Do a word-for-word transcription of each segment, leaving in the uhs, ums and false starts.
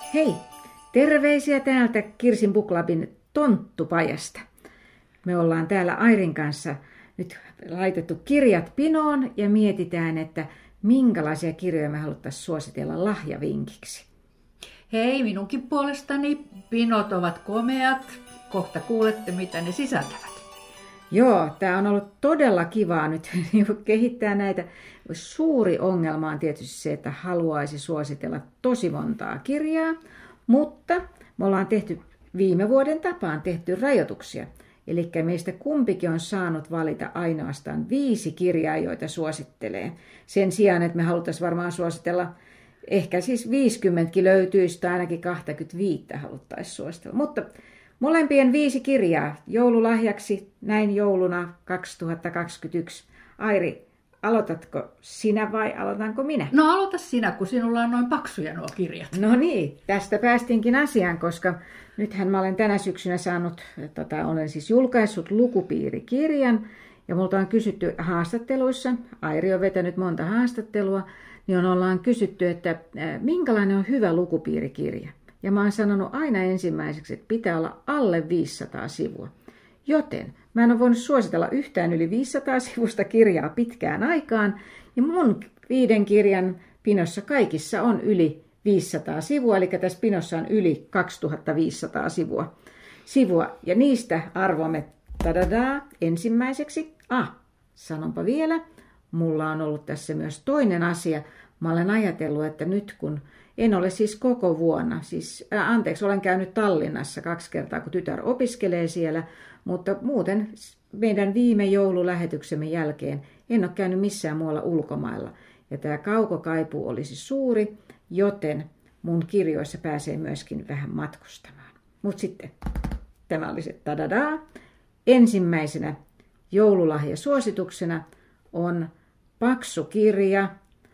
Hei, terveisiä täältä Kirsin Book Clubin tonttupajasta. Me ollaan täällä Airin kanssa nyt laitettu kirjat pinoon ja mietitään, että minkälaisia kirjoja me haluttaisiin suositella lahjavinkiksi. Hei, minunkin puolestani pinot ovat komeat. Kohta kuulette, mitä ne sisältävät. Joo, tämä on ollut todella kivaa nyt kehittää näitä. Suuri ongelma on tietysti se, että haluaisi suositella tosi montaa kirjaa, mutta me ollaan tehty viime vuoden tapaan tehty rajoituksia. Eli meistä kumpikin on saanut valita ainoastaan viisi kirjaa, joita suosittelee. Sen sijaan, että me haluttaisiin varmaan suositella, ehkä siis viisikymmentäkin löytyisi tai ainakin kaksikymmentäviisi haluttaisiin suositella. Mutta molempien viisi kirjaa joululahjaksi näin jouluna kaksituhattakaksikymmentäyksi. Airi, aloitatko sinä vai aloitanko minä? No aloita sinä, kun sinulla on noin paksuja nuo kirjat. No niin, tästä päästinkin asiaan, koska nythän mä olen tänä syksynä saanut, tota, olen siis julkaissut lukupiirikirjan ja multa on kysytty haastatteluissa, Airi on vetänyt monta haastattelua, niin on ollaan kysytty, että minkälainen on hyvä lukupiirikirja. Ja mä oon sanonut aina ensimmäiseksi, että pitää olla alle viisisataa sivua. Joten mä en ole voinut suositella yhtään yli viisisataa sivusta kirjaa pitkään aikaan. Ja mun viiden kirjan pinossa kaikissa on yli viisisataa sivua, eli tässä pinossa on yli kaksituhattaviisisataa sivua. sivua. Ja niistä arvomme tadadaa ensimmäiseksi. Ah, sanonpa vielä, mulla on ollut tässä myös toinen asia. Mä olen ajatellut, että nyt kun en ole siis koko vuonna, siis ää, anteeksi, olen käynyt Tallinnassa kaksi kertaa, kun tytär opiskelee siellä, mutta muuten meidän viime joululähetyksemme jälkeen en ole käynyt missään muualla ulkomailla. Ja tämä kaukokaipu olisi suuri, joten mun kirjoissa pääsee myöskin vähän matkustamaan. Mutta sitten tämä oli se tadadaa. Ensimmäisenä joululahjasuosituksena on paksu kirja,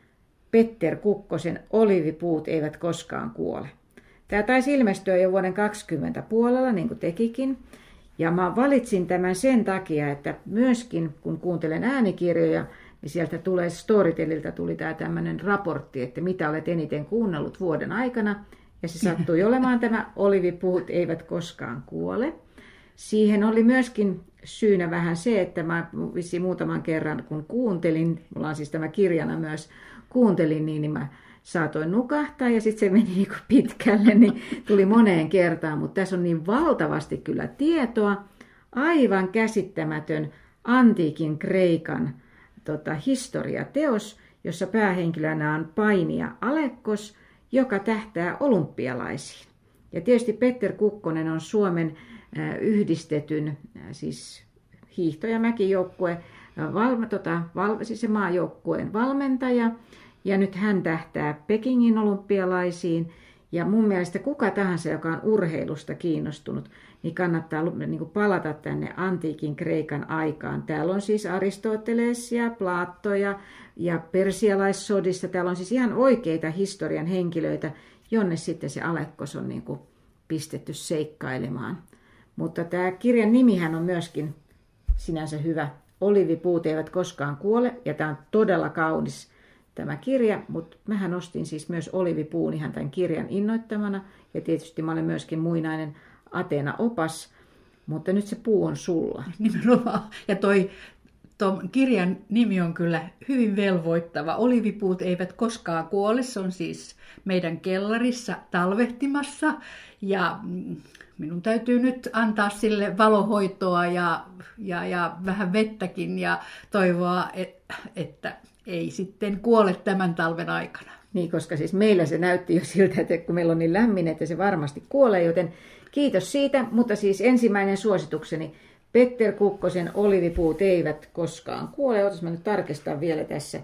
Petter Kukkosen Oliivipuut eivät koskaan kuole. Tämä taisi ilmestyä jo vuoden kaksikymmentä puolella, niin kuin tekikin. Ja mä valitsin tämän sen takia, että myöskin kun kuuntelen äänikirjoja, niin sieltä tulee Storyteliltä tuli tämä tämmöinen raportti, että mitä olet eniten kuunnellut vuoden aikana. Ja se sattui olemaan tämä Oliivipuut eivät koskaan kuole. Siihen oli myöskin syynä vähän se, että mä vissiin muutaman kerran kun kuuntelin, mulla on siis tämä kirjana myös, kuuntelin niin, niin mä saatoin nukahtaa ja sitten se meni niin kuin pitkälle, niin tuli moneen kertaan. Mutta tässä on niin valtavasti kyllä tietoa, aivan käsittämätön antiikin Kreikan tota, historiateos, jossa päähenkilönä on painija Alekkos, joka tähtää olympialaisiin. Ja tietysti Petter Kukkonen on Suomen äh, yhdistetyn, äh, siis hiihto- ja mäkijoukkue, Val, tota, val, siis se maajoukkueen valmentaja, ja nyt hän tähtää Pekingin olympialaisiin, ja mun mielestä kuka tahansa, joka on urheilusta kiinnostunut, niin kannattaa niin kuin palata tänne antiikin Kreikan aikaan. Täällä on siis Aristoteles ja Plato ja, ja persialaissodista, täällä on siis ihan oikeita historian henkilöitä, jonne sitten se Alekkos on niin kuin pistetty seikkailemaan. Mutta tämä kirjan nimihän on myöskin sinänsä hyvä. Oliivipuut eivät koskaan kuole, ja tämä on todella kaunis tämä kirja, mutta mähän ostin siis myös oliivipuun ihan tämän kirjan innoittamana, ja tietysti mä olen myöskin muinainen Athena-opas, mutta nyt se puu on sulla. Nimenomaan, ja toi ton kirjan nimi on kyllä hyvin velvoittava. Oliivipuut eivät koskaan kuole, se on siis meidän kellarissa talvehtimassa, ja minun täytyy nyt antaa sille valohoitoa ja, ja, ja vähän vettäkin ja toivoa, et, että ei sitten kuole tämän talven aikana. Niin, koska siis meillä se näytti jo siltä, että kun meillä on niin lämmin, että se varmasti kuolee, joten kiitos siitä. Mutta siis ensimmäinen suositukseni, Petter Kukkosen Oliivipuut eivät koskaan kuole. Otas mä nyt tarkistan vielä tässä.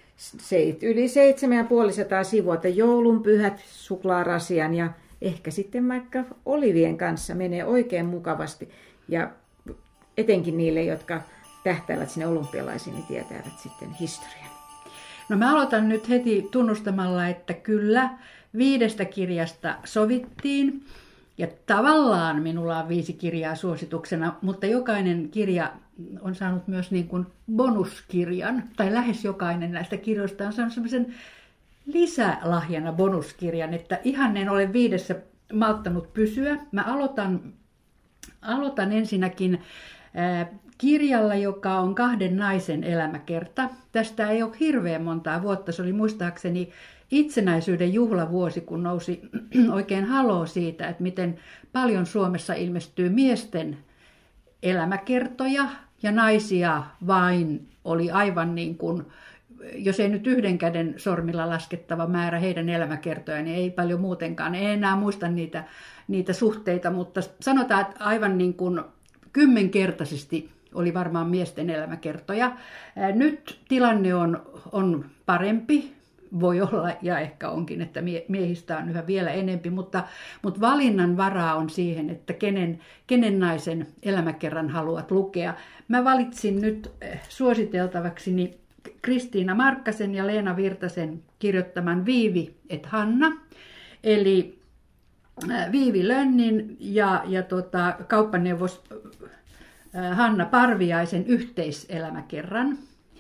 Se, yli seitsemäntuhatta sivua, että joulunpyhät, suklaarasian ja ehkä sitten vaikka olivien kanssa menee oikein mukavasti. Ja etenkin niille, jotka tähtäävät sinne olympialaisiin, niin tietävät sitten historian. No mä aloitan nyt heti tunnustamalla, että kyllä viidestä kirjasta sovittiin. Ja tavallaan minulla on viisi kirjaa suosituksena, mutta jokainen kirja on saanut myös niin kuin bonuskirjan, tai lähes jokainen näistä kirjoista on saanut sellaisen lisälahjana bonuskirjan, että ihan en ole viidessä malttanut pysyä. Mä aloitan, aloitan ensinnäkin ää, kirjalla, joka on kahden naisen elämäkerta. Tästä ei ole hirveän montaa vuotta, se oli muistaakseni itsenäisyyden juhlavuosi, kun nousi oikein haloo siitä, että miten paljon Suomessa ilmestyy miesten elämäkertoja ja naisia vain oli aivan niin kuin, jos ei nyt yhden käden sormilla laskettava määrä heidän elämäkertoja, niin ei paljon muutenkaan. En enää muista niitä, niitä suhteita, mutta sanotaan, että aivan niin kuin kymmenkertaisesti oli varmaan miesten elämäkertoja. Nyt tilanne on, on parempi. Voi olla, ja ehkä onkin, että miehistä on yhä vielä enempi, mutta, mutta valinnan varaa on siihen, että kenen, kenen naisen elämäkerran haluat lukea. Mä valitsin nyt suositeltavaksi niin Kristiina Markkasen ja Leena Virtasen kirjoittaman Viivi et Hanna, eli Viivi Lönnin ja, ja tota, kauppaneuvos Hanna Parviaisen yhteiselämäkerran.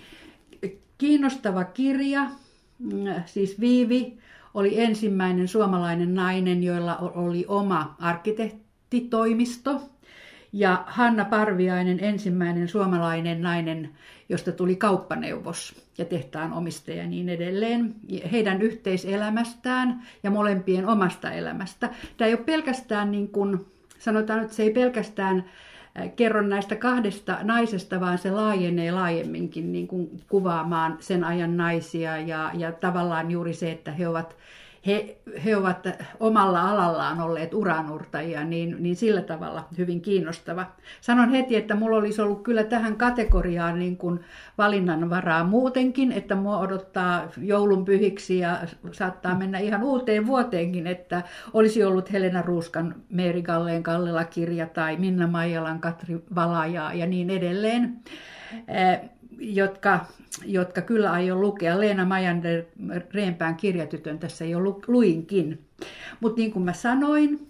Kiinnostava kirja. Siis Viivi oli ensimmäinen suomalainen nainen, jolla oli oma arkkitehtitoimisto. Ja Hanna Parviainen ensimmäinen suomalainen nainen, josta tuli kauppaneuvos ja tehtaan omistaja ja niin edelleen. Heidän yhteiselämästään ja molempien omasta elämästä. Tämä ei ole pelkästään, niin kuin, sanotaan nyt, se ei pelkästään kerro näistä kahdesta naisesta, vaan se laajenee laajemminkin niin kuin kuvaamaan sen ajan naisia ja, ja tavallaan juuri se, että he ovat, he, he ovat omalla alallaan olleet uranurtajia, niin, niin sillä tavalla hyvin kiinnostava. Sanon heti, että mulla olisi ollut kyllä tähän kategoriaan niin kuin valinnanvaraa muutenkin, että mua odottaa joulun pyhiksi ja saattaa mennä ihan uuteen vuoteenkin, että olisi ollut Helena Ruuskan Meeri Galleen Kallela-kirja tai Minna Maijalan Katri Valaja ja niin edelleen, jotka, jotka kyllä aion lukea. Leena Majander Reenpään kirjatytön tässä jo luinkin. Mutta niin kuin mä sanoin,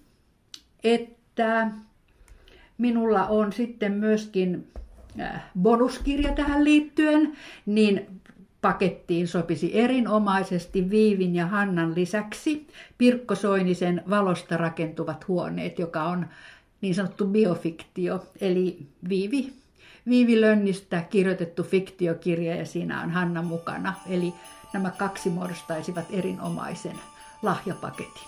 että minulla on sitten myöskin bonuskirja tähän liittyen, niin pakettiin sopisi erinomaisesti Viivin ja Hannan lisäksi Pirkko Soinisen Valosta rakentuvat huoneet, joka on niin sanottu biofiktio, eli Viivi, Viivi Lönnistä kirjoitettu fiktiokirja ja siinä on Hanna mukana. Eli nämä kaksi muodostaisivat erinomaisen lahjapaketin.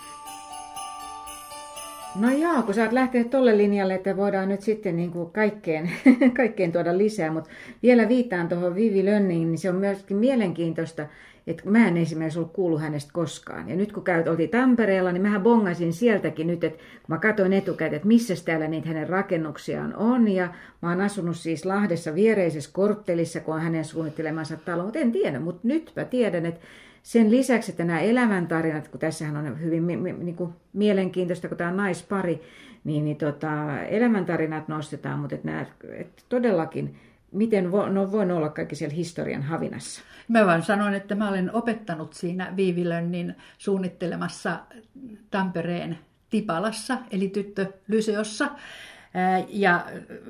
No joo, kun sä oot lähtenyt tolle linjalle, että voidaan nyt sitten niin kuin kaikkeen, kaikkeen tuoda lisää, mutta vielä viittaan tuohon Viivi Lönniin, niin se on myöskin mielenkiintoista, että mä en esimerkiksi ollut kuullut hänestä koskaan. Ja nyt kun käyt, oltiin Tampereella, niin mähän bongasin sieltäkin nyt, että kun mä katsoin etukäteen, että missä täällä niitä hänen rakennuksiaan on. Ja mä oon asunut siis Lahdessa viereisessä korttelissa, kun on hänen suunnittelemansa talo, mutta en tiedä, mutta nyt mä tiedän, että sen lisäksi, että nämä elämäntarinat, kun tässähän on hyvin niin kuin mielenkiintoista, kun tämä on naispari, niin, niin tota, elämäntarinat nostetaan, mutta että nämä, että todellakin, miten vo, no, voin olla kaikki siellä historian havinassa. Mä vaan sanon, että mä olen opettanut siinä Viivi Lönnin suunnittelemassa Tampereen Tipalassa, eli tyttölyseossa, ja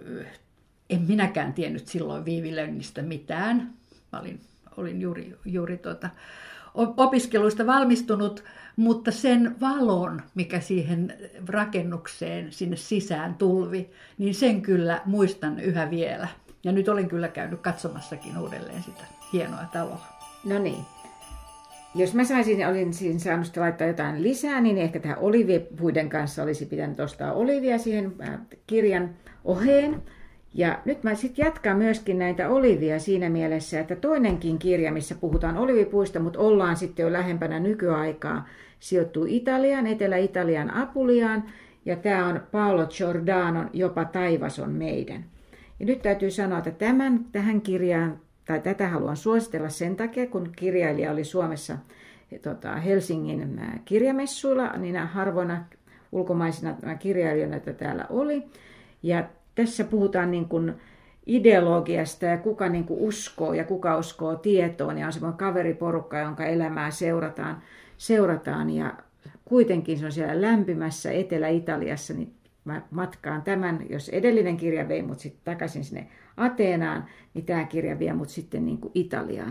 en minäkään tiennyt silloin Viivi Lönnistä mitään. Mä olin, olin juuri, juuri tuota, opiskeluista valmistunut, mutta sen valon, mikä siihen rakennukseen sinne sisään tulvi, niin sen kyllä muistan yhä vielä. Ja nyt olen kyllä käynyt katsomassakin uudelleen sitä hienoa taloa. No niin. Jos mä saisin, olin siinä saanut laittaa jotain lisää, niin ehkä tähän olivipuiden kanssa olisi pitänyt ostaa olivia siihen kirjan oheen. Ja nyt mä sitten jatkan myöskin näitä olivia siinä mielessä, että toinenkin kirja, missä puhutaan olivipuista, mutta ollaan sitten jo lähempänä nykyaikaa, sijoittuu Italiaan, Etelä-Italian Apuliaan, ja tämä on Paolo Giordanon Jopa taivas on meidän. Ja nyt täytyy sanoa, että tämän, tähän kirjaan, tai tätä haluan suositella sen takia, kun kirjailija oli Suomessa tota, Helsingin kirjamessuilla, niin harvoina ulkomaisina kirjailijoina, että täällä oli. Ja tässä puhutaan niin kuin ideologiasta ja kuka niin kuin uskoo ja kuka uskoo tietoon. Ja on semmoinen kaveriporukka, jonka elämää seurataan. seurataan. Ja kuitenkin se on siellä lämpimässä Etelä-Italiassa, niin mä matkaan tämän, jos edellinen kirja vei mut sitten takaisin sinne Ateenaan, niin tämä kirja vie mut sitten niin kuin Italiaan.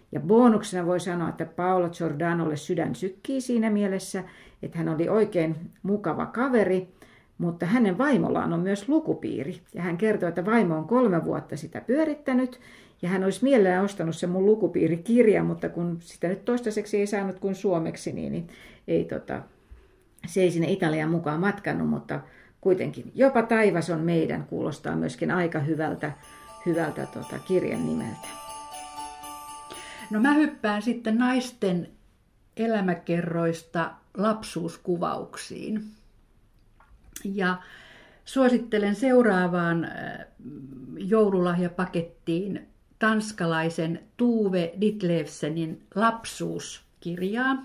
Ja bonuksena voi sanoa, että Paolo Giordanolle sydän sykkii siinä mielessä, että hän oli oikein mukava kaveri, mutta hänen vaimollaan on myös lukupiiri. Ja hän kertoi, että vaimo on kolme vuotta sitä pyörittänyt, ja hän olisi mielellään ostanut sen mun lukupiirikirjan, mutta kun sitä nyt toistaiseksi ei saanut kuin suomeksi, niin, niin ei, tota, se ei sinne Italian mukaan matkannut, mutta kuitenkin Jopa taivas on meidän kuulostaa myöskin aika hyvältä, hyvältä tota, kirjan nimeltä. No mä hyppään sitten naisten elämäkerroista lapsuuskuvauksiin. Ja suosittelen seuraavaan joululahjapakettiin tanskalaisen Tove Ditlevsenin lapsuuskirjaa.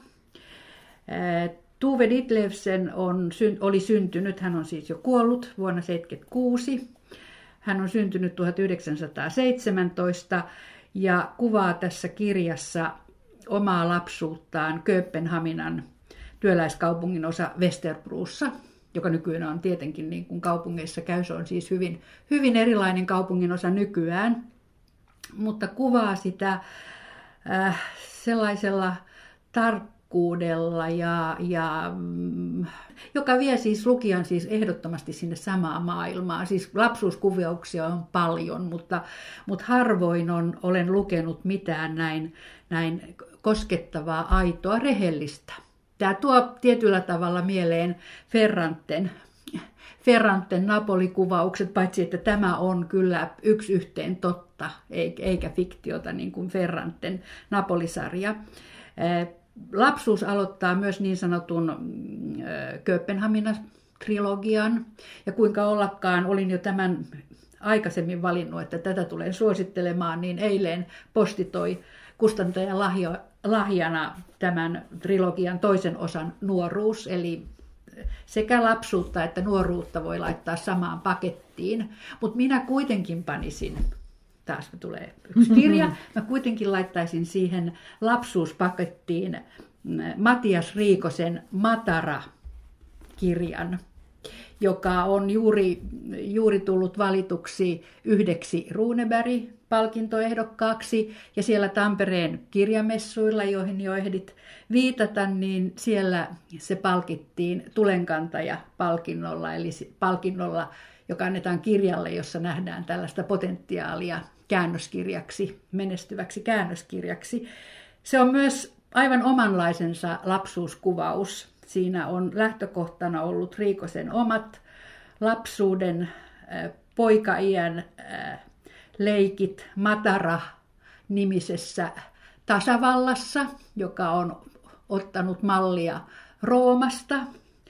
Tove Ditlevsen on, oli syntynyt, hän on siis jo kuollut vuonna tuhatyhdeksänsataaseitsemänkymmentäkuusi. Hän on syntynyt tuhatyhdeksänsataaseitsemäntoista ja kuvaa tässä kirjassa omaa lapsuuttaan Kööpenhaminan työläiskaupungin osa Västerbrossa, joka nykyään on tietenkin niin kuin kaupungeissa käy, se on siis hyvin, hyvin erilainen kaupungin osa nykyään, mutta kuvaa sitä äh, sellaisella tarkkuudella, ja, ja, mm, joka vie siis lukijan siis ehdottomasti sinne samaa maailmaa. Siis lapsuuskuvauksia on paljon, mutta, mutta harvoin on, olen lukenut mitään näin, näin koskettavaa, aitoa, rehellistä. Tämä tuo tietyllä tavalla mieleen Ferranten, Ferranten Napoli-kuvaukset, paitsi että tämä on kyllä yksi yhteen totta, eikä fiktiota niin kuin Ferranten Napoli-sarja. Lapsuus aloittaa myös niin sanotun Kööpenhamina-trilogian, ja kuinka ollakaan olin jo tämän aikaisemmin valinnut, että tätä tulen suosittelemaan, niin eilen posti toi kustantajan lahjo, lahjana tämän trilogian toisen osan Nuoruus, eli sekä lapsuutta että nuoruutta voi laittaa samaan pakettiin, mutta minä kuitenkin panisin, taas tulee yksi kirja, mä kuitenkin laittaisin siihen lapsuuspakettiin Matias Riikosen Matara-kirjan, joka on juuri, juuri tullut valituksi yhdeksi Runeberg-palkintoehdokkaaksi, ja siellä Tampereen kirjamessuilla, joihin jo ehdit viitata, niin siellä se palkittiin tulenkantaja-palkinnolla, eli palkinnolla, joka annetaan kirjalle, jossa nähdään tällaista potentiaalia käännöskirjaksi, menestyväksi käännöskirjaksi. Se on myös aivan omanlaisensa lapsuuskuvaus. Siinä on lähtökohtana ollut Riikosen omat lapsuuden poikaiän leikit Matara-nimisessä tasavallassa, joka on ottanut mallia Roomasta.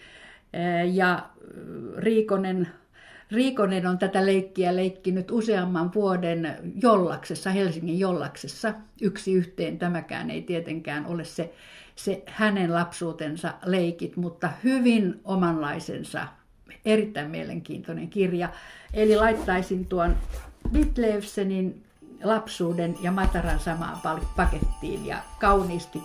Ja Riikonen, Riikonen on tätä leikkiä leikkinyt useamman vuoden Jollaksessa, Helsingin Jollaksessa. Yksi yhteen tämäkään ei tietenkään ole se, se hänen lapsuutensa leikit, mutta hyvin omanlaisensa, erittäin mielenkiintoinen kirja. Eli laittaisin tuon Ditlevsenin lapsuuden ja Mataran samaan pakettiin ja kauniisti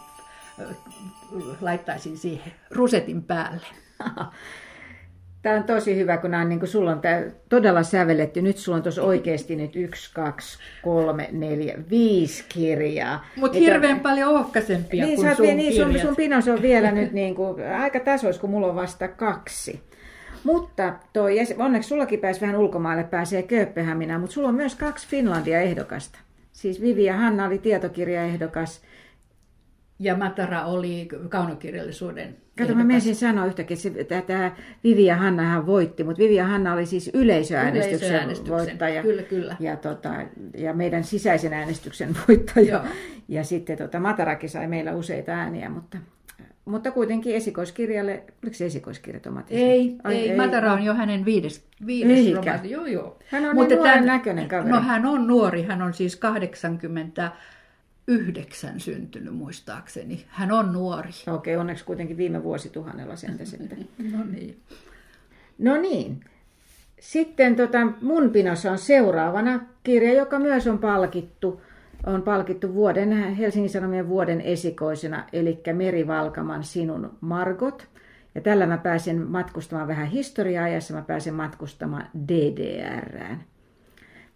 laittaisin siihen rusetin päälle. Tämä on tosi hyvä, kun on, niin kuin sulla on tämä todella sävelletty. Nyt sulla on tuossa oikeasti nyt yksi, kaksi, kolme, neljä, viisi kirjaa. Mutta hirveän paljon ohkaisempia niin, kuin sun niin, kirjat. Sun, sun pinos on vielä nyt niin kuin, aika tasois, kun mulla on vasta kaksi. Mutta toi, onneksi sullakin pääsi vähän ulkomaille, pääsee Kööpenhaminaan, mutta sulla on myös kaksi Finlandia-ehdokasta. Siis Vivi ja Hanna oli tietokirjaehdokas. Ja Matara oli kaunokirjallisuuden Kato, mä menisin sanoa yhtäkkiä, että tämä Vivi ja Hannahan voitti, mutta Vivi ja Hanna oli siis yleisöäänestyksen, yleisöäänestyksen voittaja. Kyllä, kyllä. Ja, tota, ja meidän sisäisen äänestyksen voittaja. Joo. Ja sitten tota, Matarakin sai meillä useita ääniä, mutta, mutta kuitenkin esikoiskirjalle, oliko se esikoiskirja Tomat? Ei, Ai, ei, ei, Matara on jo hänen viides, viides romaani. Joo, joo. Hän on niin nuoren näköinen kaveri. No hän on nuori, hän on siis kahdeksankymmentä. Yhdeksän syntynyt muistaakseni. Hän on nuori. Okei, onneksi kuitenkin viime vuosituhannella sentä sitten. No niin. No niin. Sitten tota, mun pinossa on seuraavana kirja, joka myös on palkittu. On palkittu vuoden, Helsingin Sanomien vuoden esikoisena, eli Meri Valkaman Sinun Margot. Ja tällä mä pääsen matkustamaan vähän historiaa-ajassa, mä pääsen matkustamaan D D R:ään.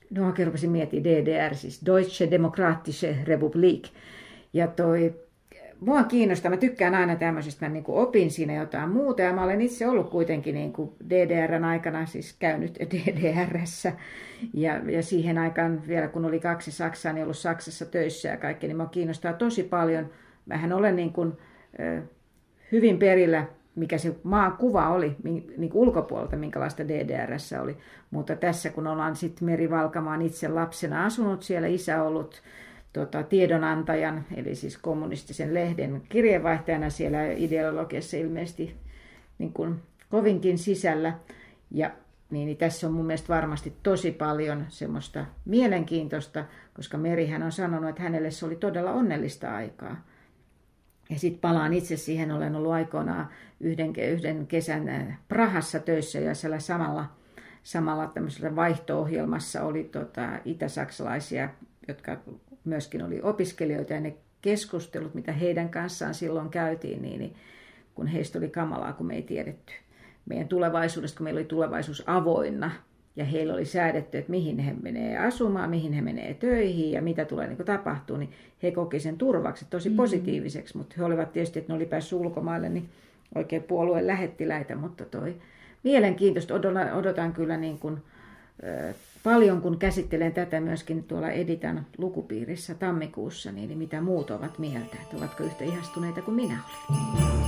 no oikein rupesin miettimään D D R, siis Deutsche Demokratische Republik. Ja toi, mua kiinnostaa, mä tykkään aina tämmöisistä, mä niin kuin opin siinä jotain muuta. Ja mä olen itse ollut kuitenkin niin kuin D D R:n aikana, siis käynyt D D R:ssä. Ja, ja siihen aikaan vielä, kun oli kaksi Saksaa, niin ollut Saksassa töissä ja kaikki, niin mua kiinnostaa tosi paljon. Mähän olen niin kuin, äh, hyvin perillä, mikä se maan kuva oli niin kuin ulkopuolelta, minkälaista D D R:ssä oli. Mutta tässä, kun ollaan sitten Meri Valkamaan itse lapsena asunut siellä, isä ollut tota, tiedonantajan, eli siis kommunistisen lehden kirjeenvaihtajana siellä ideologiassa ilmeisesti niin kuin kovinkin sisällä. Ja niin, niin tässä on mun mielestä varmasti tosi paljon semmoista mielenkiintoista, koska Merihän on sanonut, että hänelle se oli todella onnellista aikaa. Ja sitten palaan itse siihen, olen ollut aikoinaan yhden, yhden kesän Prahassa töissä ja siellä samalla, samalla tämmöisellä vaihto-ohjelmassa oli tota, itä-saksalaisia, jotka myöskin oli opiskelijoita ja ne keskustelut, mitä heidän kanssaan silloin käytiin, niin, niin kun heistä oli kamalaa, kun me ei tiedetty meidän tulevaisuudesta, kun meillä oli tulevaisuus avoinna. Ja heillä oli säädetty, että mihin he menee asumaan, mihin he menee töihin ja mitä tulee niin tapahtuu, niin he koki sen turvaksi tosi positiiviseksi. Mutta he olivat tietysti, että ne oli päässyt ulkomaille, niin oikein puolueen lähettiläitä. Mutta toi mielenkiintoista odotan, odotan kyllä niin kuin, äh, paljon, kun käsittelen tätä myöskin tuolla Editan lukupiirissä tammikuussa, niin, niin mitä muut ovat mieltä, että ovatko yhtä ihastuneita kuin minä olin.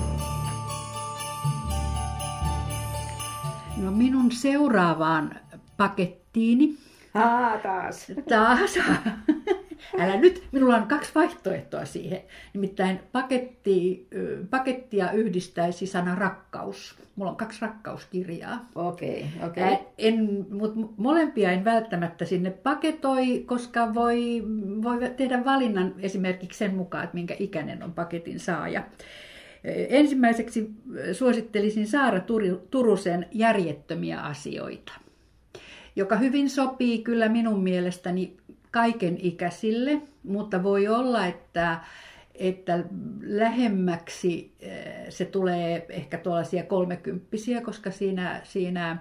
No minun seuraavaan pakettiini. Aa, taas. Taas. Älä nyt, minulla on kaksi vaihtoehtoa siihen. Nimittäin paketti, pakettia yhdistäisi sana rakkaus. Mulla on kaksi rakkauskirjaa. Okei, okay, okei. Okay. Mutta molempia en välttämättä sinne paketoi, koska voi, voi tehdä valinnan esimerkiksi sen mukaan, että minkä ikäinen on paketin saaja. Ensimmäiseksi suosittelisin Saara Turusen Järjettömiä asioita, joka hyvin sopii kyllä minun mielestäni kaiken ikäisille, mutta voi olla, että, että lähemmäksi se tulee ehkä tuollaisia kolmekymppisiä, koska siinä, siinä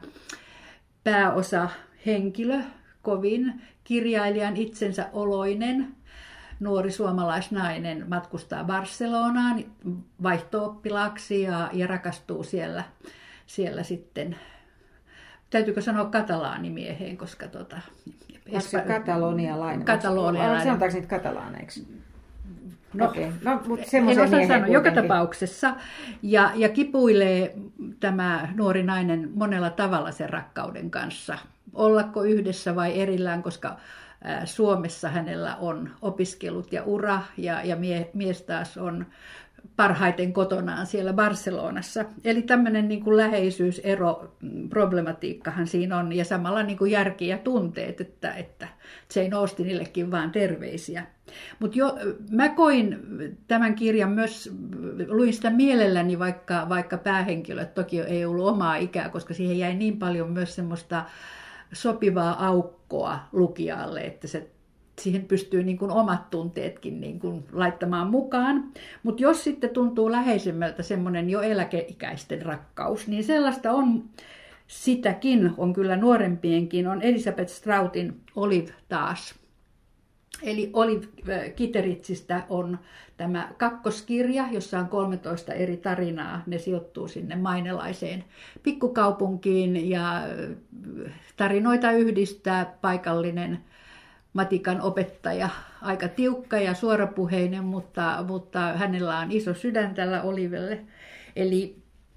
pääosa henkilö, kovin kirjailijan itsensä oloinen, nuori suomalaisnainen matkustaa Barcelonaan vaihto-oppilaaksi ja, ja rakastuu siellä, siellä sitten, täytyykö sanoa katalaanimieheen, koska tota, Onko se katalonialainen? Katalonialainen. Sanotaanko niitä katalaaneiksi? No, okay. No, mutta en osaa sanoa, kuitenkin. joka tapauksessa. Ja, ja kipuilee tämä nuori nainen monella tavalla sen rakkauden kanssa. Ollako yhdessä vai erillään, koska Suomessa hänellä on opiskelut ja ura ja, ja mie, mies taas on parhaiten kotonaan siellä Barcelonassa. Eli tämmöinen niin kuin läheisyysero, problematiikkahan siinä on ja samalla niin kuin järki ja tunteet, että, että Jane Austenillekin vaan terveisiä. Mutta mä koin tämän kirjan myös, luin sitä mielelläni, vaikka, vaikka päähenkilöt toki ei ollut omaa ikää, koska siihen jäi niin paljon myös semmoista sopivaa aukkoa lukijalle, että se, siihen pystyy niin kuin omat tunteetkin niin kuin laittamaan mukaan. Mutta jos sitten tuntuu läheisemmältä semmoinen jo eläkeikäisten rakkaus, niin sellaista on, sitäkin on kyllä nuorempienkin, on Elisabeth Stroutin Olive taas. Eli Olive Kitteritzistä on tämä kakkoskirja, jossa on kolmetoista eri tarinaa. Ne sijoittuu sinne mainelaiseen pikkukaupunkiin ja tarinoita yhdistää paikallinen matikan opettaja. Aika tiukka ja suorapuheinen, mutta, mutta hänellä on iso sydän tällä Olivelle. Eli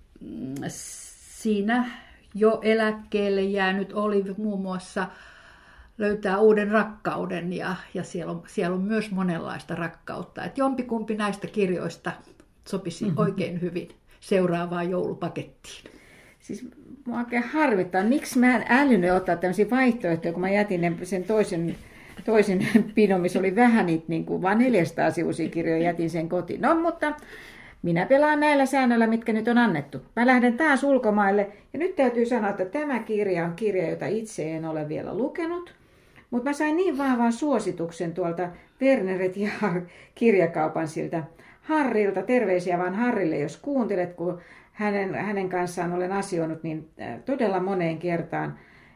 siinä jo eläkkeelle jäänyt Olive muun muassa löytää uuden rakkauden ja, ja siellä, on, siellä on myös monenlaista rakkautta. Et jompikumpi näistä kirjoista sopisi mm-hmm. oikein hyvin seuraavaan joulupakettiin. Siis mua oikein harvittaa, miksi mä en älynyt ottaa tämmöisiä vaihtoehtoja, kun mä jätin sen toisen, toisen pidon, missä oli vähän niitä niin kuin vain neljäsataa sivuisia kirjoja, jätin sen kotiin. No, mutta minä pelaan näillä säännöillä, mitkä nyt on annettu. Mä lähden taas ulkomaille ja nyt täytyy sanoa, että tämä kirja on kirja, jota itse en ole vielä lukenut. Mutta mä sain niin vahvan suosituksen tuolta Werneret ja kirjakaupan siltä Harrilta. Terveisiä vaan Harrille, jos kuuntelet, kun hänen, hänen kanssaan olen asioinut niin todella moneen kertaan.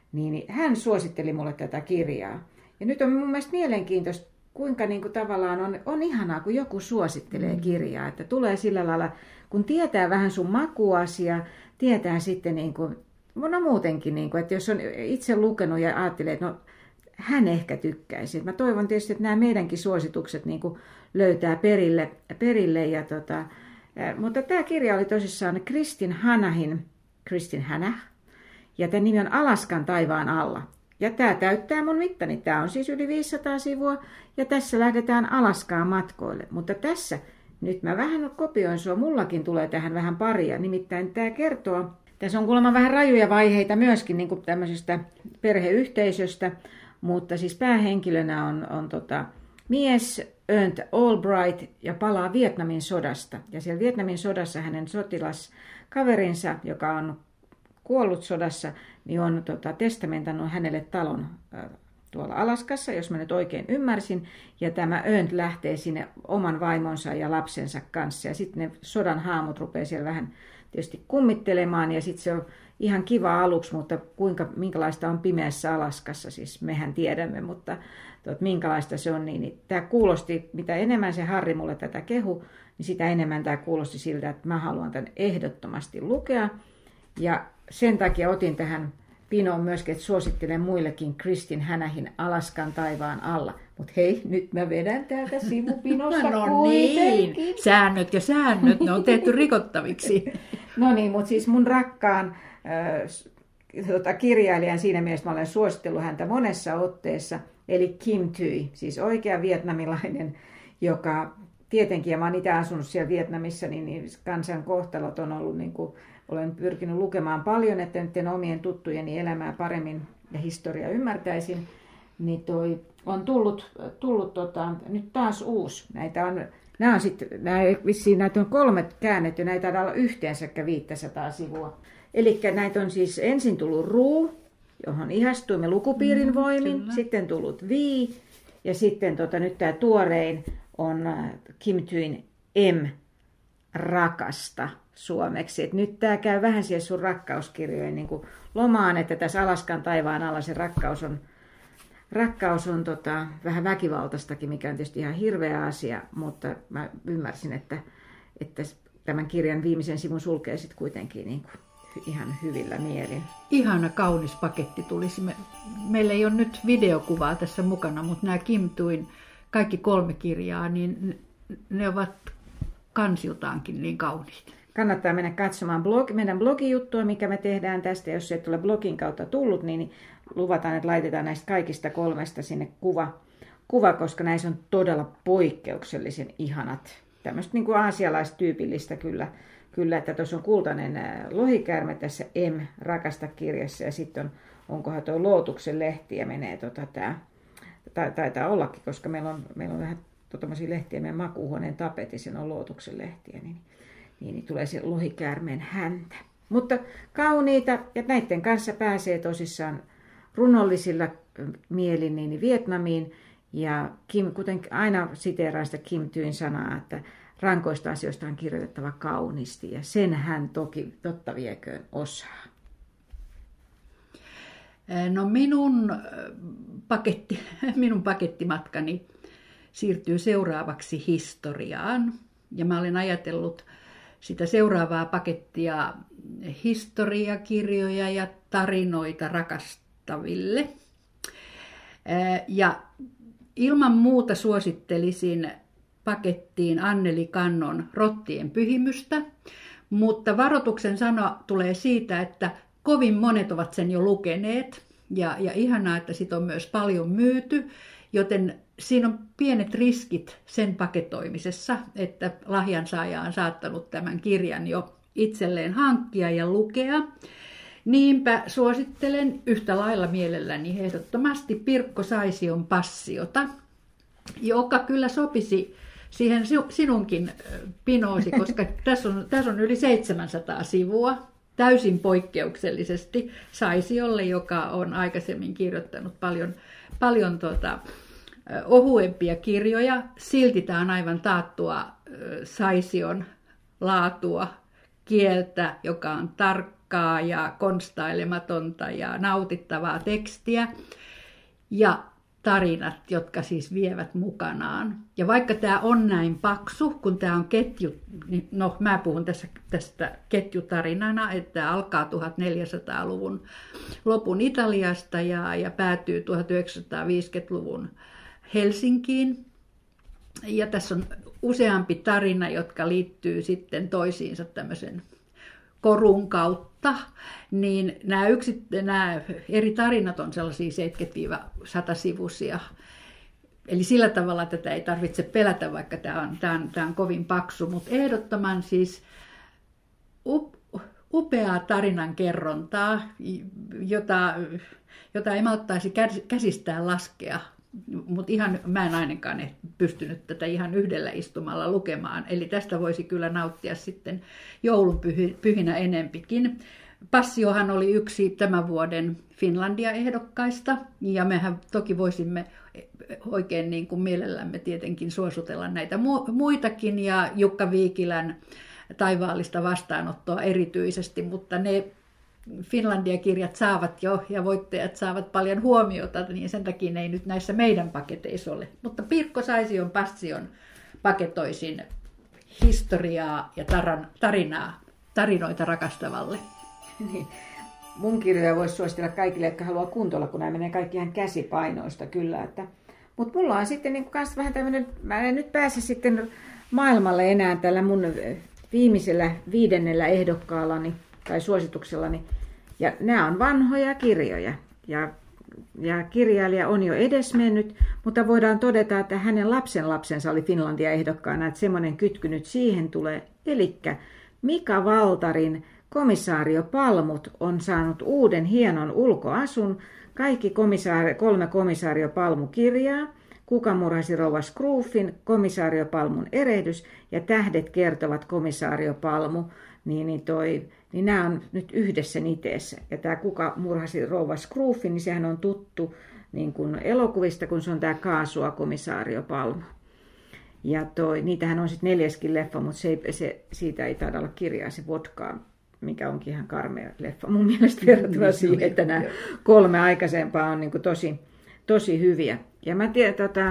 niin hän suositteli mulle tätä kirjaa. Ja nyt on mun mielestä mielenkiintoista, kuinka niin kuin tavallaan on, on ihanaa, kun joku suosittelee kirjaa. Että tulee sillä lailla, kun tietää vähän sun makuasia, tietää sitten, niin kuin, no muutenkin, niin kuin, että jos on itse lukenut ja ajattelee, että no, hän ehkä tykkäisi. Mä toivon tietysti, että nämä meidänkin suositukset niin kuin löytää perille. perille ja tota, mutta tämä kirja oli tosissaan Kristin Hanahin, Kristin Hanah, ja tämän nimi on Alaskan taivaan alla. Ja tämä täyttää mun mittani. Tämä on siis yli viisisataa sivua, ja tässä lähdetään Alaskaan matkoille. Mutta tässä, nyt mä vähän kopioin sua, mullakin tulee tähän vähän paria. Nimittäin tämä kertoo, tässä on kuulemma vähän rajuja vaiheita myöskin niin kuin tämmöisestä perheyhteisöstä, mutta siis päähenkilönä on, on tota, mies Ernst Albright ja palaa Vietnamin sodasta. Ja siellä Vietnamin sodassa hänen sotilaskaverinsa, joka on kuollut sodassa, niin on tota, testamentannut hänelle talon äh, tuolla Alaskassa, jos mä nyt oikein ymmärsin. Ja tämä Ernst lähtee sinne oman vaimonsa ja lapsensa kanssa. Ja sitten ne sodan haamut rupeaa siellä vähän tietysti kummittelemaan. Ja sitten se on ihan kiva aluksi, mutta kuinka, minkälaista on pimeässä Alaskassa, siis mehän tiedämme, mutta tot, minkälaista se on, niin, niin tämä kuulosti, mitä enemmän se Harri mulle tätä kehu, niin sitä enemmän tämä kuulosti siltä, että mä haluan tämän ehdottomasti lukea. Ja sen takia otin tähän pinoon myöskin, että suosittelen muillekin Kristin Hanahin Alaskan taivaan alla. Mutta hei, nyt mä vedän täältä sivupinosta no kuitenkin. Niin, säännöt ja säännöt, ne on tehty rikottaviksi. No niin, mutta siis mun rakkaan äh, tota, kirjailijan siinä mielessä mä olen suositellut häntä monessa otteessa, eli Kim Thuy, siis oikea vietnamilainen, joka tietenkin, ja mä oon itse asunut siellä Vietnamissa, niin, niin kansan kohtalot on ollut, niin kuin, olen pyrkinyt lukemaan paljon, että nyt omien tuttujeni elämää paremmin ja historiaa ymmärtäisin, niin toi on tullut, tullut tota, nyt taas uusi. Näitä on, nämä on sit, nämä, vissiin, näitä on kolme käännetty, näitä taidaa olla yhteensäkään viisisataa sivua. Eli näitä on siis ensin tullut Ruu, johon ihastuimme lukupiirin voimin, mm, sitten tullut Vi, ja sitten tota, nyt tämä tuorein on Kim Thuyn M. Rakasta suomeksi. Et nyt tämä käy vähän siihen sun rakkauskirjojen niin kuin lomaan, että tässä Alaskan taivaan alla se rakkaus on, rakkaus on tota, vähän väkivaltaistakin, mikä on tietysti ihan hirveä asia, mutta mä ymmärsin, että, että tämän kirjan viimeisen sivun sulkee sitten kuitenkin niin kuin ihan hyvillä mielin. Ihana kaunis paketti tulisi. Me, meillä ei ole nyt videokuvaa tässä mukana, mutta nämä Kim Thuyn kaikki kolme kirjaa, niin ne ovat kansiltaankin niin kauniita. Kannattaa mennä katsomaan blog, meidän blogijuttua, mikä me tehdään tästä. Jos se ei ole blogin kautta tullut, niin luvataan, että laitetaan näistä kaikista kolmesta sinne kuva, kuva koska näissä on todella poikkeuksellisen ihanat. Tämmöistä niin kuin aasialaistyypillistä kyllä, kyllä, että tuossa on kultainen lohikäärme tässä M. Rakasta kirjassa ja sitten on, onkohan tuo Lootuksen lehti ja menee tota tää, taitaa ollakin, koska meillä on, meillä on vähän tuommoisia lehtiä meidän makuuhuoneen tapetissa, on Lootuksen lehtiä, niin, niin, niin tulee se lohikäärmeen häntä. Mutta kauniita, ja näiden kanssa pääsee tosissaan runollisilla mielin niin Vietnamiin, ja Kim, kuten aina siteeraan sitä Kim Thuyn sanaa, että rankoista asioista on kirjoitettava kauniisti, ja sen hän toki totta vieköön osaa. No minun, paketti, minun pakettimatkani siirtyy seuraavaksi historiaan. Ja mä olen ajatellut sitä seuraavaa pakettia historiakirjoja ja tarinoita rakastaville. Ja ilman muuta suosittelisin pakettiin Anneli Kannon Rottien pyhimystä, mutta varoituksen sana tulee siitä, että kovin monet ovat sen jo lukeneet ja, ja ihanaa, että sitä on myös paljon myyty, joten siinä on pienet riskit sen paketoimisessa, että lahjansaaja on saattanut tämän kirjan jo itselleen hankkia ja lukea. Niinpä suosittelen yhtä lailla mielelläni ehdottomasti Pirkko Saision Passiota, joka kyllä sopisi siihen sinunkin pinoosi, koska tässä on, tässä on yli seitsemänsataa sivua. Täysin poikkeuksellisesti Saisiolle, joka on aikaisemmin kirjoittanut paljon, paljon tota, ohuempia kirjoja. Silti tämä on aivan taattua Saision laatua, kieltä, joka on tarkkaa, hauskaa ja konstailematonta ja nautittavaa tekstiä. Ja tarinat, jotka siis vievät mukanaan. Ja vaikka tämä on näin paksu, kun tämä on ketju, niin no mä puhun tässä, tästä ketjutarinana, että alkaa tuhatneljäsataaluvun lopun Italiasta ja, ja päätyy tuhatyhdeksänsataaviisikymmentäluvun Helsinkiin. Ja tässä on useampi tarina, jotka liittyy sitten toisiinsa tämmöisen korun kautta, niin nämä, yksit, nämä eri tarinat on sellaisia seitsemänkymmentä sivuisia. Eli sillä tavalla tätä ei tarvitse pelätä, vaikka tämä on, tämä on, tämä on kovin paksu, mutta ehdottoman siis upeaa tarinankerrontaa, jota, jota ei malttaisi käsistään laskea. Mutta ihan mä en ainakaan pystynyt tätä ihan yhdellä istumalla lukemaan. Eli tästä voisi kyllä nauttia sitten joulunpyhinä enempikin. Passiohan oli yksi tämän vuoden Finlandia-ehdokkaista. Ja mehän toki voisimme oikein niin kuin mielellämme tietenkin suositella näitä muitakin. Ja Jukka Viikilän Taivaallista vastaanottoa erityisesti, mutta ne Finlandia-kirjat saavat jo ja voittajat saavat paljon huomiota, niin sen takia ne ei nyt näissä meidän paketeissa ole. Mutta Pirkko Saision Passion paketoisin historiaa ja taran, tarinaa, tarinoita rakastavalle. Niin. Mun kirjoja voisi suositella kaikille, jotka haluaa kuntoilla, kun nämä menee kaikki ihan käsipainoista kyllä. Että... Mutta mulla on sitten niin kans vähän tämmöinen, mä en nyt pääse sitten maailmalle enää tällä mun viimeisellä viidennellä ehdokkaallani tai suosituksellani. Ja nämä on vanhoja kirjoja. Ja, ja kirjailija on jo edesmennyt, mutta voidaan todeta, että hänen lapsenlapsensa oli Finlandia-ehdokkaana, että semmoinen kytky nyt siihen tulee. Elikkä Mika Valtarin Komisario Palmut on saanut uuden hienon ulkoasun. Kaikki komisaari, kolme Komisario Palmu-kirjaa. Kuka murhasi rouva Scroofin, Komisario Palmun erehdys ja Tähdet kertovat Komisario Palmu. Niin, niin, toi, niin nämä on nyt yhdessä niteessä. Ja tämä Kuka murhasi rouva Scroofin, niin sehän on tuttu niin kuin elokuvista, kun se on tämä Kaasua Komisario Palmu. Ja toi, niitähän on sitten neljäskin leffa, mutta se, se, siitä ei taida olla kirjaa, se Vodkaa, mikä onkin ihan karmea leffa mun mielestä verrattuna siihen, että nämä kolme aikaisempaa on niin kuin tosi, tosi hyviä. Ja mä tiedän, tota,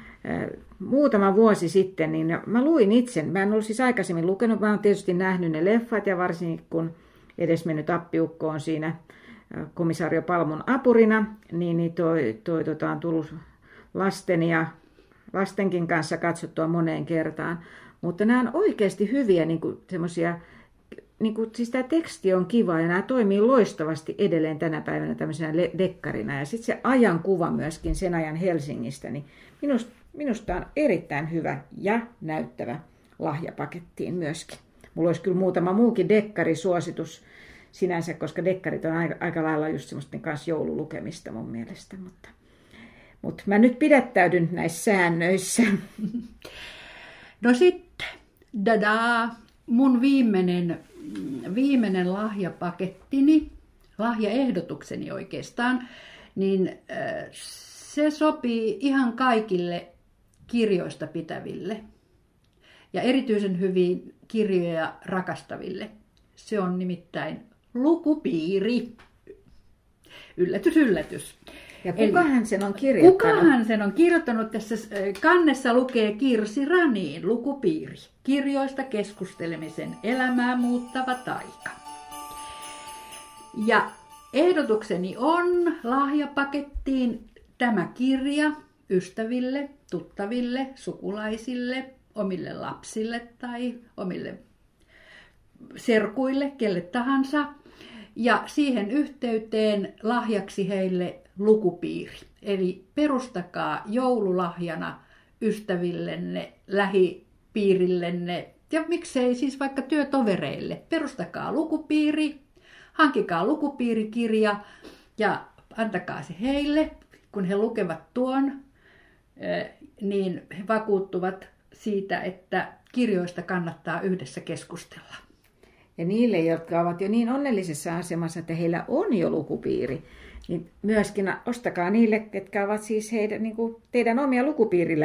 muutama vuosi sitten, niin mä luin itse, mä en ollut siis aikaisemmin lukenut, mä oon tietysti nähnyt ne leffat ja varsinkin kun edesmennyt appiukko on siinä Komisario Palmun apurina, niin, niin toi, toi tota, on tullut lasten ja lastenkin kanssa katsottua moneen kertaan. Mutta nämä on oikeasti hyviä niin kuin semmoisia, niin kuin, siis tämä teksti on kiva ja nämä toimii loistavasti edelleen tänä päivänä tämmöisenä dekkarina. Ja sitten se ajankuva myöskin sen ajan Helsingistä, niin minusta, minusta on erittäin hyvä ja näyttävä lahjapakettiin myöskin. Mulla olisi kyllä muutama muukin dekkarisuositus sinänsä, koska dekkarit on aika, aika lailla just semmoista kanssa joululukemista mun mielestä. Mutta, mutta mä nyt pidättäydyn näissä säännöissä. No sitten, dadaa, mun viimeinen, viimeinen lahjapakettini, lahjaehdotukseni oikeastaan, niin se sopii ihan kaikille kirjoista pitäville ja erityisen hyvin kirjoja rakastaville. Se on nimittäin lukupiiri. Yllätys, yllätys. Ja kukahan sen on kirjoittanut? Kukahan sen on kirjoittanut? Tässä kannessa lukee Kirsi Raniin, lukupiiri. Kirjoista keskustelemisen elämää muuttava taika. Ja ehdotukseni on lahjapakettiin tämä kirja ystäville, tuttaville, sukulaisille, omille lapsille tai omille serkuille, kelle tahansa. Ja siihen yhteyteen lahjaksi heille lukupiiri. Eli perustakaa joululahjana ystävillenne, lähipiirillenne ja miksei siis vaikka työtovereille. Perustakaa lukupiiri, hankikaa lukupiirikirja ja antakaa se heille. Kun he lukevat tuon, niin he vakuuttuvat siitä, että kirjoista kannattaa yhdessä keskustella. Ja niille, jotka ovat jo niin onnellisessa asemassa, että heillä on jo lukupiiri, niin myöskin ostakaa niille, ketkä ovat siis heidän, niin kuin teidän omia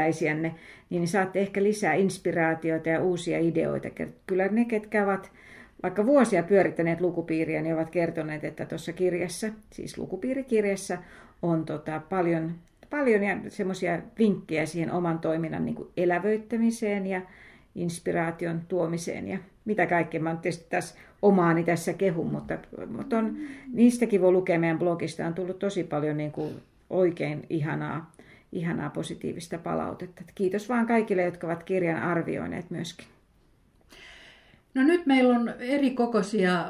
lukupiiriläisiänne, niin saatte ehkä lisää inspiraatioita ja uusia ideoita. Kyllä ne, ketkä ovat vaikka vuosia pyörittäneet lukupiiriä, niin ovat kertoneet, että tuossa kirjassa, siis lukupiirikirjassa, on tota paljon, paljon semmoisia vinkkejä siihen oman toiminnan niin kuin elävöittämiseen ja inspiraation tuomiseen ja mitä kaikkea. Mä oon tietysti tässä omaani tässä kehun, mutta, mutta on, niistäkin voi lukea meidän blogista. On tullut tosi paljon niin kuin oikein ihanaa, ihanaa positiivista palautetta. Kiitos vaan kaikille, jotka ovat kirjan arvioineet myöskin. No nyt meillä on eri kokoisia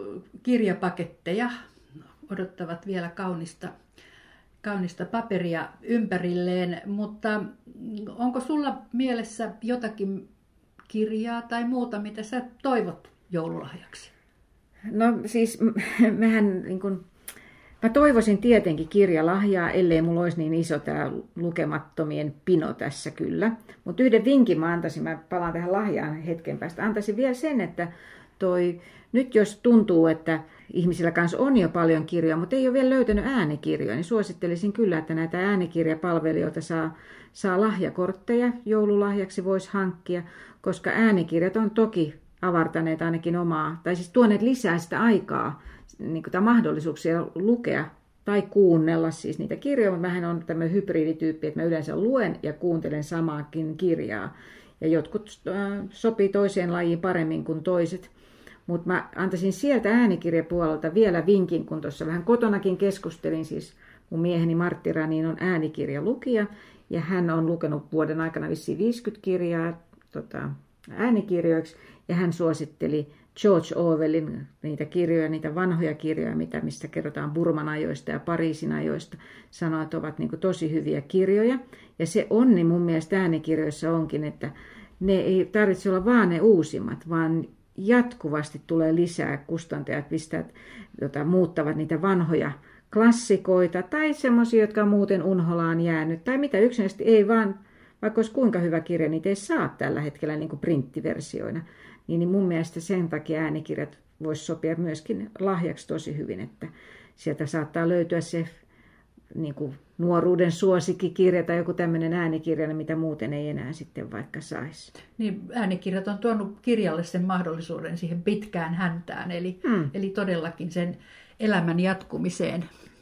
kirjapaketteja, odottavat vielä kaunista, kaunista paperia ympärilleen, mutta onko sulla mielessä jotakin kirjaa tai muuta, mitä sä toivot joululahjaksi? No siis mehän niin kun, mä toivoisin tietenkin kirjalahjaa, ellei mulla olisi niin iso tämä lukemattomien pino tässä kyllä. Mutta yhden vinkin mä antaisin, mä palaan tähän lahjaan hetken päästä, antaisin vielä sen, että toi, nyt jos tuntuu, että ihmisillä kanssa on jo paljon kirjoja, mutta ei ole vielä löytänyt äänikirjoja, niin suosittelisin kyllä, että näitä äänikirjapalvelijoita saa, saa lahjakortteja joululahjaksi voisi hankkia, koska äänikirjat on toki avartaneet ainakin omaa, tai siis tuoneet lisää sitä aikaa, niin kuin mahdollisuuksia lukea tai kuunnella siis niitä kirjoja, mutta mähän on tämmöinen hybridityyppi, että mä yleensä luen ja kuuntelen samaakin kirjaa. Ja jotkut sopii toiseen lajiin paremmin kuin toiset. Mutta mä antaisin sieltä äänikirjapuolelta vielä vinkin, kun tuossa vähän kotonakin keskustelin, siis mun mieheni Martti Ranin on äänikirjalukija, ja hän on lukenut vuoden aikana vissiin viisikymmentä kirjaa tota, äänikirjoiksi, ja hän suositteli George Orwellin niitä kirjoja, niitä vanhoja kirjoja, mitä, mistä kerrotaan Burman ajoista ja Pariisin ajoista, sanoo, että ovat niin kuin tosi hyviä kirjoja. Ja se onni mun mielestä äänikirjoissa onkin, että ne ei tarvitse olla vaan ne uusimmat, vaan jatkuvasti tulee lisää kustantajat, pistää, jota muuttavat niitä vanhoja klassikoita tai semmoisia, jotka on muuten unholaan jäänyt, tai mitä yksinäisesti ei vaan, vaikka olisi kuinka hyvä kirja, niitä ei saa tällä hetkellä niin kuin printtiversioina. Niin mun mielestä sen takia äänikirjat voisi sopia myöskin lahjaksi tosi hyvin, että sieltä saattaa löytyä se niin kuin nuoruuden suosikkikirja tai joku tämmöinen äänikirja, mitä muuten ei enää sitten vaikka saisi. Niin, äänikirjat on tuonut kirjalle sen mahdollisuuden siihen pitkään häntään, eli, hmm. eli todellakin sen elämän jatkumiseen,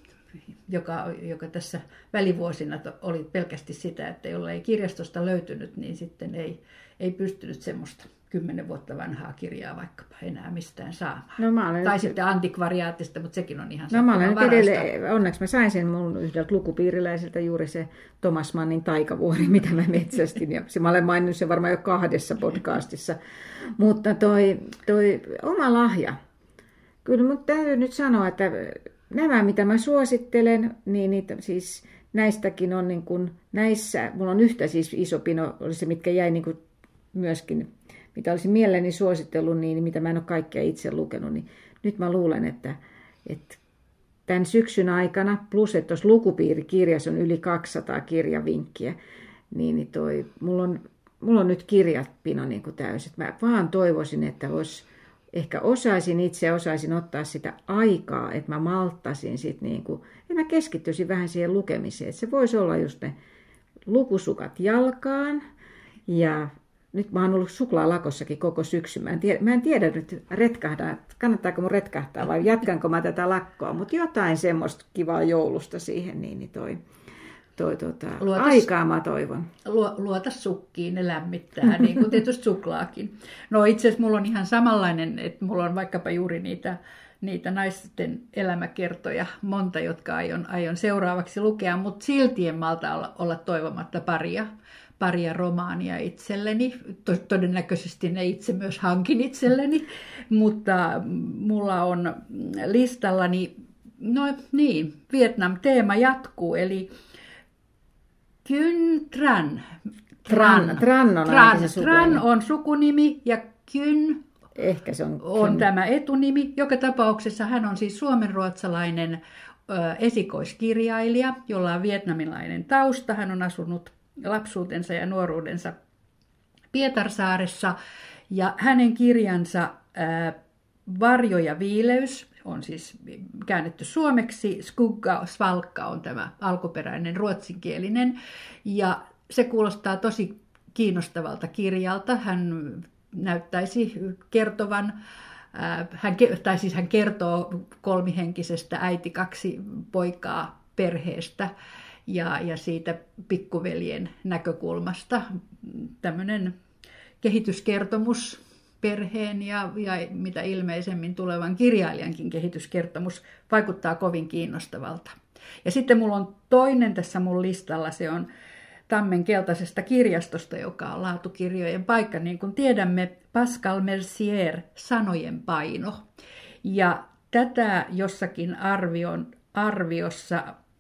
joka, joka tässä välivuosina oli pelkästään sitä, että jolla ei kirjastosta löytynyt, niin sitten ei, ei pystynyt semmoista kymmenen vuotta vanhaa kirjaa vaikkapa enää mistään saamaan. No, tai nyt sitten antikvariaatista, mutta sekin on ihan no, mä olen edelleen, onneksi mä sain sen mun yhdeltä lukupiiriläiseltä juuri se Thomas Mannin Taikavuori, mitä mä metsästin. Ja mä olen maininnut sen varmaan jo kahdessa podcastissa. Mutta toi, toi oma lahja. Kyllä mun täytyy nyt sanoa, että nämä mitä mä suosittelen, niin niitä siis näistäkin on niin kuin, näissä, mulla on yhtä siis iso pino, oli se mitkä jäi niin kuin myöskin, mitä olisin mielelläni suositellut, niin mitä mä en ole kaikkea itse lukenut, niin nyt mä luulen, että, että tämän syksyn aikana, plus että tuossa lukupiirikirjassa on yli kaksisataa kirjavinkkiä, niin, niin toi, mulla, on, mulla on nyt kirjat pino niin kuin täysin. Mä vaan toivoisin, että olisi, ehkä osaisin itse osaisin ottaa sitä aikaa, että mä malttaisin sitten, niin kuin, että mä keskittyisin vähän siihen lukemiseen. Että se voisi olla just ne lukusukat jalkaan ja nyt mä oon ollut suklaalakossakin koko syksyn. Mä en tiedä, mä en tiedä nyt retkahdaa, kannattaako mun retkahtaa vai jatkanko mä tätä lakkoa, mutta jotain semmoista kivaa joulusta siihen, niin, niin toi, toi tota, luotas, aikaa mä toivon. Luota sukkiin, ne lämmittää, niin kuin tietysti suklaakin. No itse asiassa mulla on ihan samanlainen, että mulla on vaikkapa juuri niitä, niitä naisten elämäkertoja, monta, jotka aion, aion seuraavaksi lukea, mutta silti en malta olla, olla toivomatta paria. paria romaania itselleni. Todennäköisesti ne itse myös hankin itselleni, mutta mulla on listallani, no niin, Vietnam-teema jatkuu, eli Kyn Tran. Tran, Tran, on, Tran, Tran on sukunimi ja Kyn Ehkä se on, on Kyn. Tämä etunimi. Joka tapauksessa hän on siis suomenruotsalainen ö, esikoiskirjailija, jolla on vietnamilainen tausta. Hän on asunut lapsuutensa ja nuoruudensa Pietarsaaressa, ja hänen kirjansa ää, Varjo ja viileys on siis käännetty suomeksi. Skugga och svalka on tämä alkuperäinen ruotsinkielinen, ja se kuulostaa tosi kiinnostavalta kirjalta. Hän näyttäisi kertovan hän, tai siis hän kertoo kolmihenkisestä äiti kaksi poikaa perheestä ja, ja siitä pikkuveljen näkökulmasta. Tämmöinen kehityskertomus perheen ja, ja mitä ilmeisemmin tulevan kirjailijankin kehityskertomus vaikuttaa kovin kiinnostavalta. Ja sitten mulla on toinen tässä mun listalla, se on Tammen keltaisesta kirjastosta, joka on laatukirjojen paikka, niin kuin tiedämme, Pascal Mercier, Sanojen paino. Ja tätä jossakin arvion, arviossa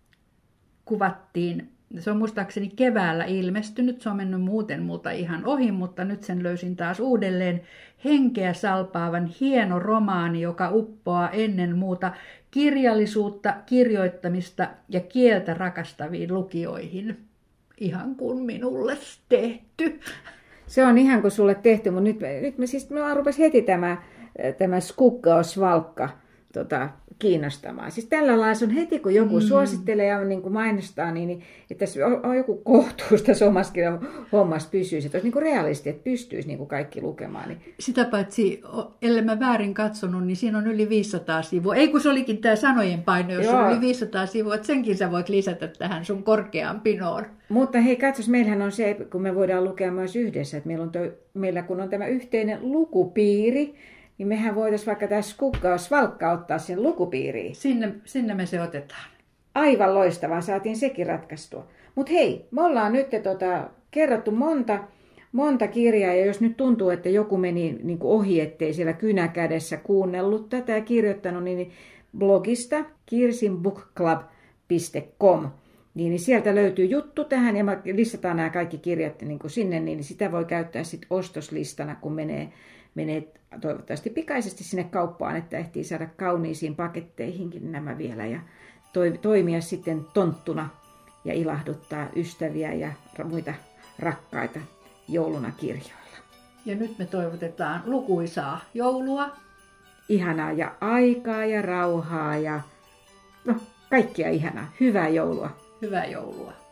kuvattiin, se on muistaakseni keväällä ilmestynyt, se on mennyt muuten multa ihan ohi, mutta nyt sen löysin taas uudelleen, henkeä salpaavan hieno romaani, joka uppoaa ennen muuta kirjallisuutta, kirjoittamista ja kieltä rakastaviin lukijoihin. Ihan kuin minulle tehty. Se on ihan kuin sulle tehty, mutta nyt, nyt me siis me rupesi heti tämä, tämä skuggausvalkka tota, kiinnostamaan. Siis tällä lailla on heti, kun joku mm. suosittelee ja niin kuin mainostaa, niin, niin että on, on joku kohtuus tässä omassa hommassa pysyisi. Että olisi niin kuin realisti, että pystyisi niin kuin kaikki lukemaan. Niin. Sitä paitsi, ellei mä väärin katsonut, niin siinä on yli viisisataa sivua. Ei kun se olikin tämä sanojen paino, jos on yli viisisataa sivua, että senkin sä voit lisätä tähän sun korkeaan pinoon. Mutta hei, katsos, meillähän on se, kun me voidaan lukea myös yhdessä, että meillä, on toi, meillä kun on tämä yhteinen lukupiiri, niin mehän voitaisiin vaikka tässä skuggausvalkka ottaa sen lukupiiriin. Sinne, sinne me se otetaan. Aivan loistavaa, saatiin sekin ratkaistua. Mutta hei, me ollaan nyt tota, kerrottu monta, monta kirjaa, ja jos nyt tuntuu, että joku meni niin kuin ohi, ettei siellä kynäkädessä kuunnellut tätä ja kirjoittanut, niin blogista kirsinbookclub piste com. Niin, niin sieltä löytyy juttu tähän, ja me listataan nämä kaikki kirjat niin kuin sinne, niin sitä voi käyttää sitten ostoslistana, kun menee, menee toivottavasti pikaisesti sinne kauppaan, että ehtii saada kauniisiin paketteihinkin nämä vielä, ja toimia sitten tonttuna ja ilahduttaa ystäviä ja muita rakkaita jouluna kirjoilla. Ja nyt me toivotetaan lukuisaa joulua. Ihanaa ja aikaa ja rauhaa ja no, kaikkia ihanaa. Hyvää joulua. Hyvää joulua.